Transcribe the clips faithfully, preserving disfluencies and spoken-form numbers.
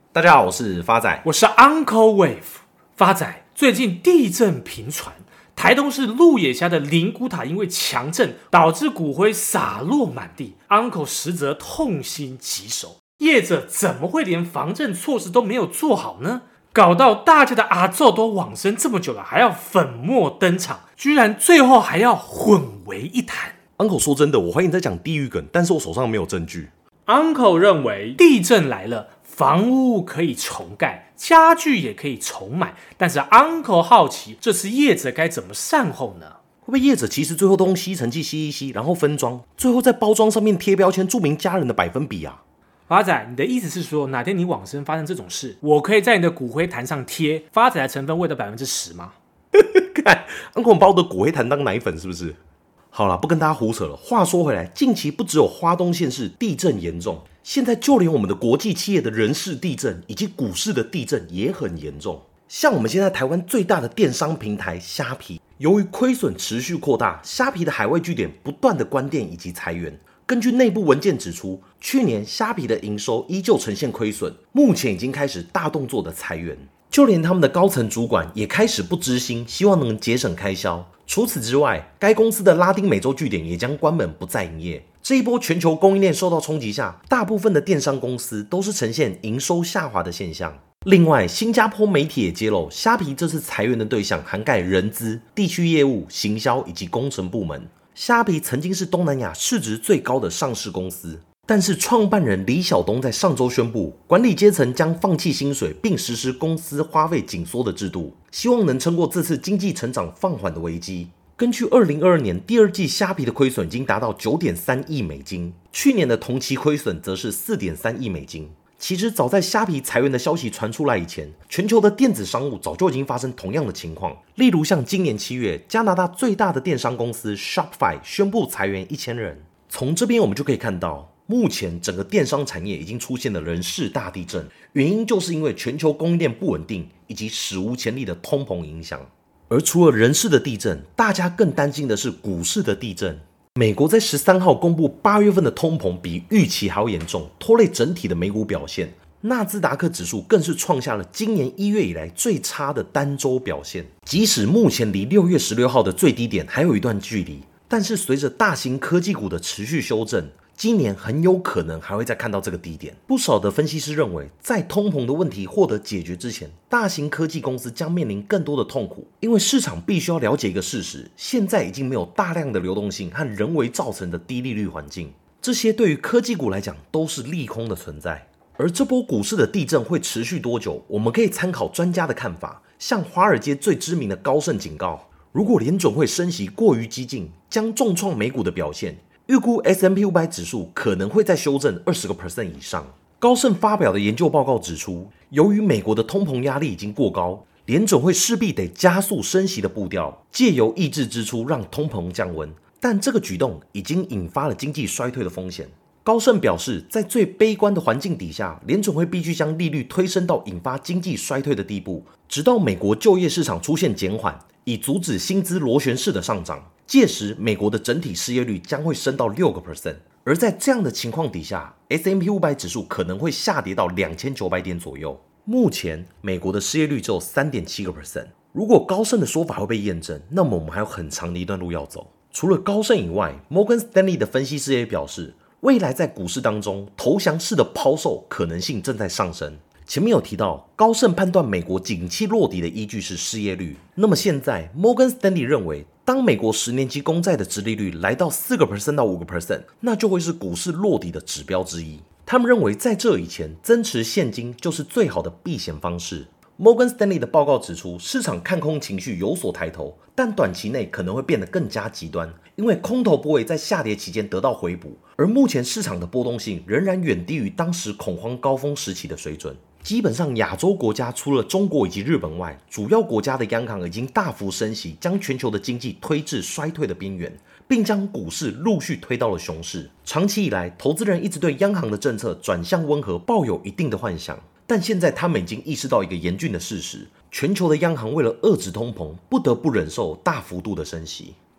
大家好，我是发仔， 我是 Uncle Wave。发仔，最近地震频传，台东市鹿野乡的灵骨塔因为强震导致骨灰洒落满地 ，Uncle 实则痛心疾首。业者怎么会连防震措施都没有做好呢？搞到大家的阿祖都往生这么久了，还要粉墨登场，居然最后还要混为一谈。 Uncle 说真的，我怀疑你在讲地狱梗，但是我手上没有证据。 Uncle 认为地震来了，房屋可以重盖，家具也可以重买，但是 Uncle 好奇，这次业者该怎么善后呢？ 会不会业者其实最后都用吸尘器吸一吸，然后分装，最后在包装上面贴标签，注明家人的百分比啊？ 发仔，你的意思是说，哪天你往生发生这种事，我可以在你的骨灰坛上贴发仔的成分味的百分之十吗？ 看 ，Uncle 把我的骨灰坛当奶粉是不是？好啦，不跟大家胡扯了。话说回来，近期不只有花东县市地震严重，现在就连我们的国际企业的人事地震以及股市的地震也很严重。像我们现在台湾最大的电商平台虾皮，由于亏损持续扩大，虾皮的海外据点不断的关店以及裁员。根据内部文件指出，去年虾皮的营收依旧呈现亏损，目前已经开始大动作的裁员，就连他们的高层主管也开始不知心，希望能节省开销。除此之外，该公司的拉丁美洲据点也将关门不再营业。这一波全球供应链受到冲击下，大部分的电商公司都是呈现营收下滑的现象。另外，新加坡媒体也揭露，虾皮这次裁员的对象涵盖人资、地区业务、行销以及工程部门。虾皮曾经是东南亚市值最高的上市公司，但是创办人李晓东在上周宣布，管理阶层将放弃薪水，并实施公司花费紧缩的制度，希望能撑过这次经济成长放缓的危机。根据二零二二年第二季虾皮的亏损已经达到 九点三亿美金，去年的同期亏损则是 四点三亿美金。其实早在虾皮裁员的消息传出来以前，全球的电子商务早就已经发生同样的情况。例如像今年七月，加拿大最大的电商公司 Shopify 宣布裁员一千人。从这边我们就可以看到，目前整个电商产业已经出现了人事大地震，原因就是因为全球供应链不稳定以及史无前例的通膨影响。而除了人事的地震，大家更担心的是股市的地震。美国在十三号公布八月份的通膨比预期还要严重，拖累整体的美股表现。纳斯达克指数更是创下了今年一月以来最差的单周表现。即使目前离六月十六号的最低点还有一段距离，但是随着大型科技股的持续修正，今年很有可能还会再看到这个低点。不少的分析师认为，在通膨的问题获得解决之前，大型科技公司将面临更多的痛苦，因为市场必须要了解一个事实，现在已经没有大量的流动性和人为造成的低利率环境，这些对于科技股来讲都是利空的存在。而这波股市的地震会持续多久，我们可以参考专家的看法。像华尔街最知名的高盛警告，如果联准会升息过于激进，将重创美股的表现。预估 S and P 五百 指数可能会再修正 百分之二十 以上。高盛发表的研究报告指出，由于美国的通膨压力已经过高，联准会势必得加速升息的步调，借由抑制支出让通膨降温。但这个举动已经引发了经济衰退的风险。高盛表示，在最悲观的环境底下，联准会必须将利率推升到引发经济衰退的地步，直到美国就业市场出现减缓，以阻止薪资螺旋式的上涨。届时，美国的整体失业率将会升到 百分之六， 而在这样的情况底下 ，S and P 五百 指数可能会下跌到两千九百点左右。目前，美国的失业率只有 百分之三点七。如果高盛的说法会被验证，那么我们还有很长的一段路要走。除了高盛以外 ，Morgan Stanley 的分析师也表示，未来在股市当中，投降式的抛售可能性正在上升。前面有提到，高盛判断美国景气落底的依据是失业率。那么现在 ，Morgan Stanley 认为，当美国十年期公债的殖利率来到 百分之四 到 百分之五， 那就会是股市落底的指标之一。他们认为，在这以前，增持现金就是最好的避险方式。Morgan Stanley 的报告指出，市场看空情绪有所抬头，但短期内可能会变得更加极端，因为空头部位在下跌期间得到回补，而目前市场的波动性仍然远低于当时恐慌高峰时期的水准。基本上，亚洲国家除了中国以及日本外，主要国家的央行已经大幅升息，将全球的经济推至衰退的边缘，并将股市陆续推到了熊市。长期以来，投资人一直对央行的政策转向温和抱有一定的幻想，但现在他们已经意识到一个严峻的事实：全球的央行为了遏制通膨，不得不忍受大幅度的升息。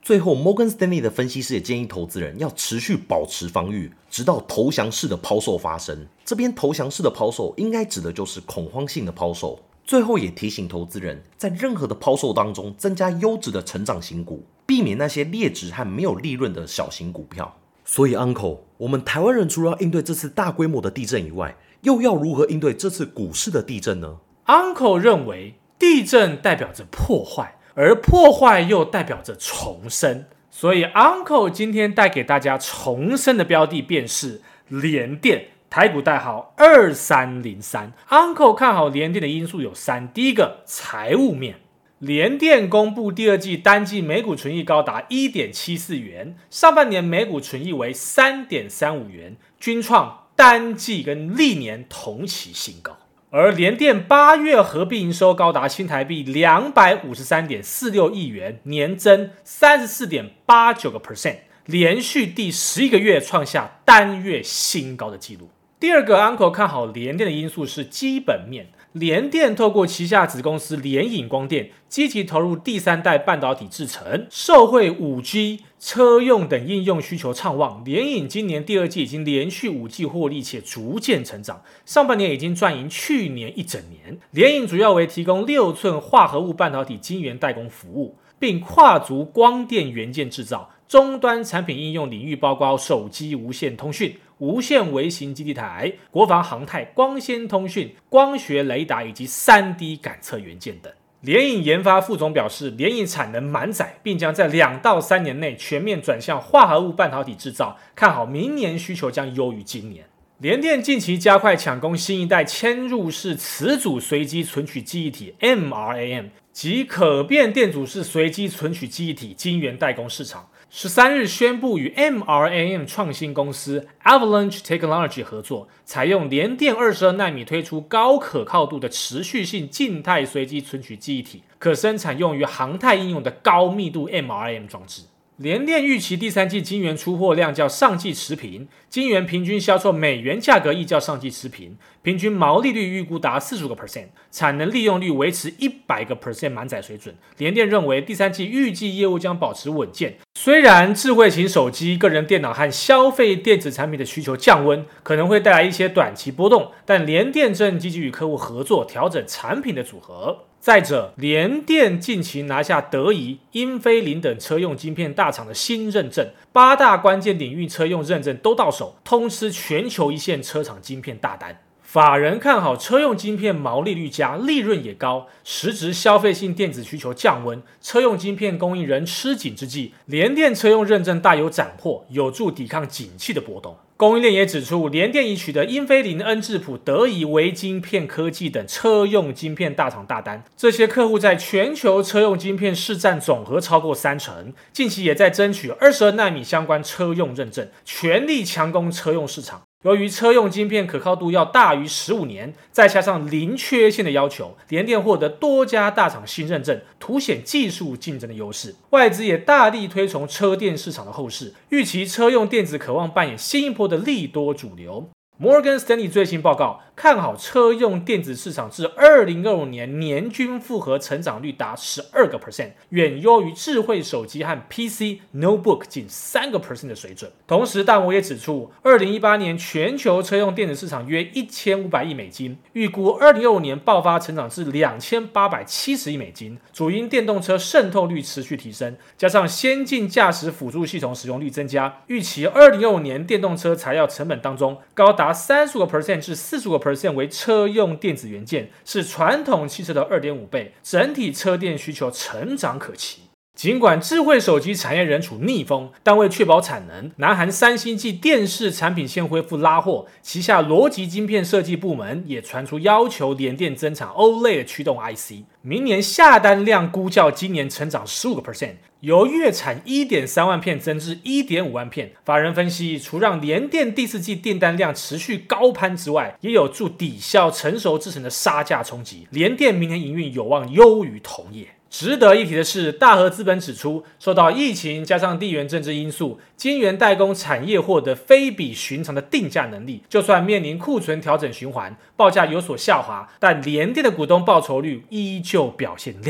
最后 Morgan Stanley 的分析师也建议投资人要持续保持防御，直到投降式的抛售发生。这边投降式的抛售应该指的就是恐慌性的抛售。最后也提醒投资人，在任何的抛售当中增加优质的成长型股，避免那些劣质和没有利润的小型股票。所以 Uncle， 我们台湾人除了要应对这次大规模的地震以外，又要如何应对这次股市的地震呢？ Uncle 认为地震代表着破坏，而破坏又代表着重生，所以 Uncle 今天带给大家重生的标的便是联电，台股代号二三零三。 Uncle 看好联电的因素有三，第一个财务面，联电公布第二季单季每股纯益高达 一点七四元，上半年每股纯益为 三点三五元，均创单季跟历年同期新高。而联电八月合并营收高达新台币 两百五十三点四六亿元，年增 百分之三十四点八九， 连续第十一个月创下单月新高的纪录。第二个 Uncle 看好联电的因素是基本面，联电透过旗下子公司联影光电积极投入第三代半导体制程，受惠 五 G、车用等应用需求畅旺，联影今年第二季已经连续五季获利且逐渐成长，上半年已经赚赢去年一整年。联影主要为提供六寸化合物半导体晶圆代工服务，并跨足光电元件制造，终端产品应用领域包括手机无线通讯、无线微型基地台、国防航太、光纤通讯、光学雷达以及 三 D 感测元件等。联影研发副总表示，联影产能满载，并将在两到三年内全面转向化合物半导体制造，看好明年需求将优于今年。联电近期加快抢攻新一代嵌入式磁阻随机存取记忆体 M R A M 及可变电阻式随机存取记忆体晶圆代工市场。十三日宣布与 M R A M 创新公司 Avalanche Technology 合作，采用联电二十二奈米推出高可靠度的持续性静态随机存取记忆体，可生产用于航太应用的高密度 M R A M 装置。联电预期第三季晶圆出货量较上季持平，晶圆平均销售美元价格亦较上季持平，平均毛利率预估达 百分之四十五， 产能利用率维持 百分之百 满载水准。联电认为第三季预计业务将保持稳健，虽然智慧型手机、个人电脑和消费电子产品的需求降温，可能会带来一些短期波动，但联电正积极与客户合作，调整产品的组合。再者，联电近期拿下德仪、英飞凌等车用晶片大厂的新认证，八大关键领域车用认证都到手，通吃全球一线车厂晶片大单。法人看好车用晶片毛利率佳，利润也高，时值消费性电子需求降温，车用晶片供应仍吃紧之际，联电车用认证大有斩获，有助抵抗景气的波动。供应链也指出，联电已取得英飞凌、恩智浦、德仪、微晶片科技等车用晶片大厂大单，这些客户在全球车用晶片市占总和超过三成，近期也在争取二十二奈米相关车用认证，全力强攻车用市场。由于车用晶片可靠度要大于十五年，再加上零缺陷的要求，联电获得多家大厂新认证，凸显技术竞争的优势。外资也大力推崇车电市场的后市，预期车用电子渴望扮演新一波的利多主流。Morgan Stanley 最新报告看好车用电子市场至二零二五年年均复合成长率达 百分之十二， 远优于智慧手机和 P C、Notebook 近 百分之三 的水准。同时大摩也指出，二零一八年全球车用电子市场约一千五百亿美金，预估二零二五年爆发成长至两千八百七十亿美金，主因电动车渗透率持续提升，加上先进驾驶辅助系统使用率增加，预期二零二五年电动车材料成本当中高达 百分之三十五 至 百分之四十五 为车用电子元件，是传统汽车的 二点五倍，整体车电需求成长可期。尽管智慧手机产业仍处逆风，但为确保产能，南韩三星继电视产品线恢复拉货，旗下逻辑晶片设计部门也传出要求联电增产 O L E D 的驱动 I C， 明年下单量估较今年成长 百分之十五， 由月产 一点三万片增至 一点五万片。法人分析，除让联电第四季订单量持续高攀之外，也有助抵消成熟制程的杀价冲击，联电明年营运有望优于同业。值得一提的是，大和资本指出，受到疫情加上地缘政治因素，晶圆代工产业获得非比寻常的定价能力，就算面临库存调整循环，报价有所下滑，但联电的股东报酬率依旧表现亮眼。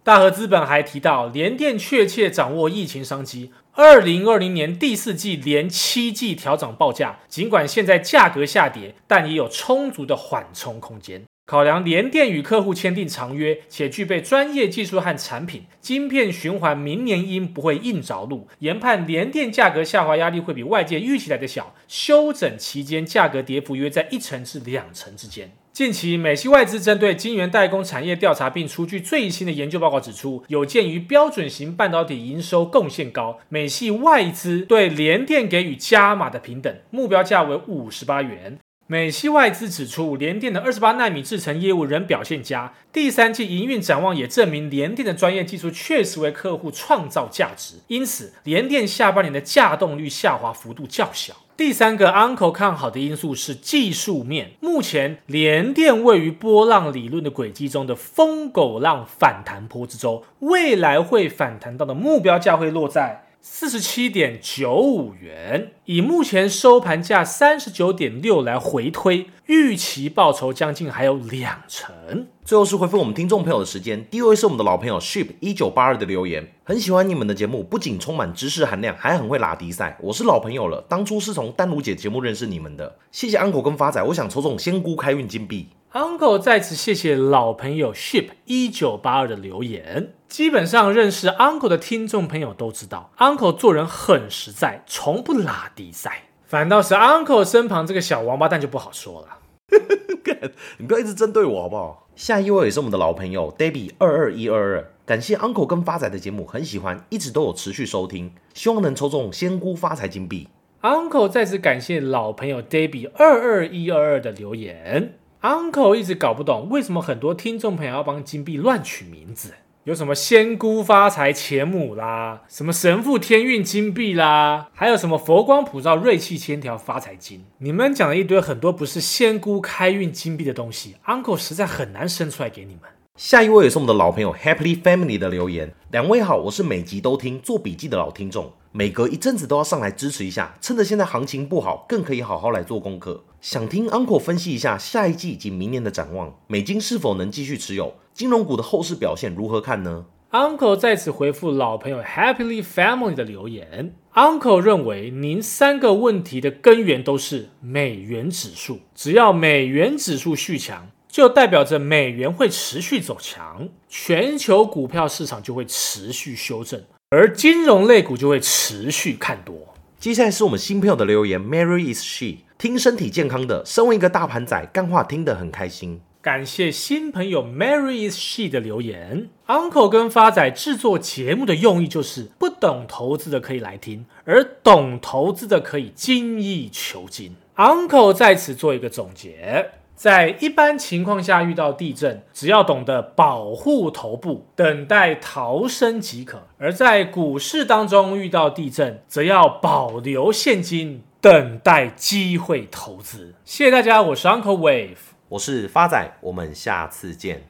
大和资本还提到，联电确切掌握疫情商机，二零二零年第四季连七季调涨报价，尽管现在价格下跌，但也有充足的缓冲空间。考量联电与客户签订长约，且具备专业技术和产品，晶片循环明年应不会硬着陆，研判联电价格下滑压力会比外界预期来的小，休整期间价格跌幅约在一成至两成之间。近期，美系外资针对晶圆代工产业调查，并出具最新的研究报告指出，有鉴于标准型半导体营收贡献高，美系外资对联电给予加码的平等，目标价为五十八元。美系外资指出，联电的二十八奈米制程业务仍表现佳，第三季营运展望也证明联电的专业技术确实为客户创造价值，因此联电下半年的价动率下滑幅度较小。第三个 Uncle 看好的因素是技术面，目前联电位于波浪理论的轨迹中的疯狗浪反弹波之中，未来会反弹到的目标价会落在四十七点九五元，以目前收盘价 三十九点六 来回推，预期报酬将近还有两成。 最后是回复我们听众朋友的时间，第一位是我们的老朋友 Ship 一九八二的留言，很喜欢你们的节目，不仅充满知识含量，还很会拉迪赛。我是老朋友了，当初是从丹如姐节目认识你们的，谢谢 Uncle 跟发仔，我想抽中仙姑开运金币。 Uncle 在此谢谢老朋友 Ship 一九八二的留言。基本上认识 Uncle 的听众朋友都知道 Uncle 做人很实在，从不拉低赛。反倒是 Uncle 身旁这个小王八蛋就不好说了。 你不要一直针对我好不好？下一位也是我们的老朋友 Debbie 二二一二二，感谢 Uncle 跟发仔的节目，很喜欢，一直都有持续收听，希望能抽中仙姑发财金币。 Uncle 在此感谢老朋友 Debbie 二二一二二的留言。Uncle 一直搞不懂为什么很多听众朋友要帮金币乱取名字，有什么仙姑发财钱母啦，什么神父天运金币啦，还有什么佛光普照瑞气千条发财金。你们讲了一堆很多不是仙姑开运金币的东西， Uncle 实在很难生出来给你们。 下一位也是我们的老朋友 Happily Family 的留言，两位好，我是每集都听做笔记的老听众，每隔一阵子都要上来支持一下，趁着现在行情不好，更可以好好来做功课。想听 Uncle 分析一下下一季以及明年的展望，美金是否能继续持有，金融股的后市表现如何看呢？ Uncle 在此回复老朋友 Happily Family 的留言。 Uncle 认为您三个问题的根源都是美元指数，只要美元指数续强，就代表着美元会持续走强，全球股票市场就会持续修正，而金融类股就会持续看多。 接下来是我们新朋友的留言 Mary is she， 听身体健康的，身为一个大盘仔，干话听得很开心。 感谢新朋友 Mary is she 的留言。 Uncle 跟发仔制作节目的用意就是不懂投资的可以来听，而懂投资的可以精益求精。 Uncle 在此做一个总结，在一般情况下遇到地震，只要懂得保护头部，等待逃生即可；而在股市当中遇到地震，则要保留现金，等待机会投资。谢谢大家，我是 Uncle Wave， 我是发仔，我们下次见。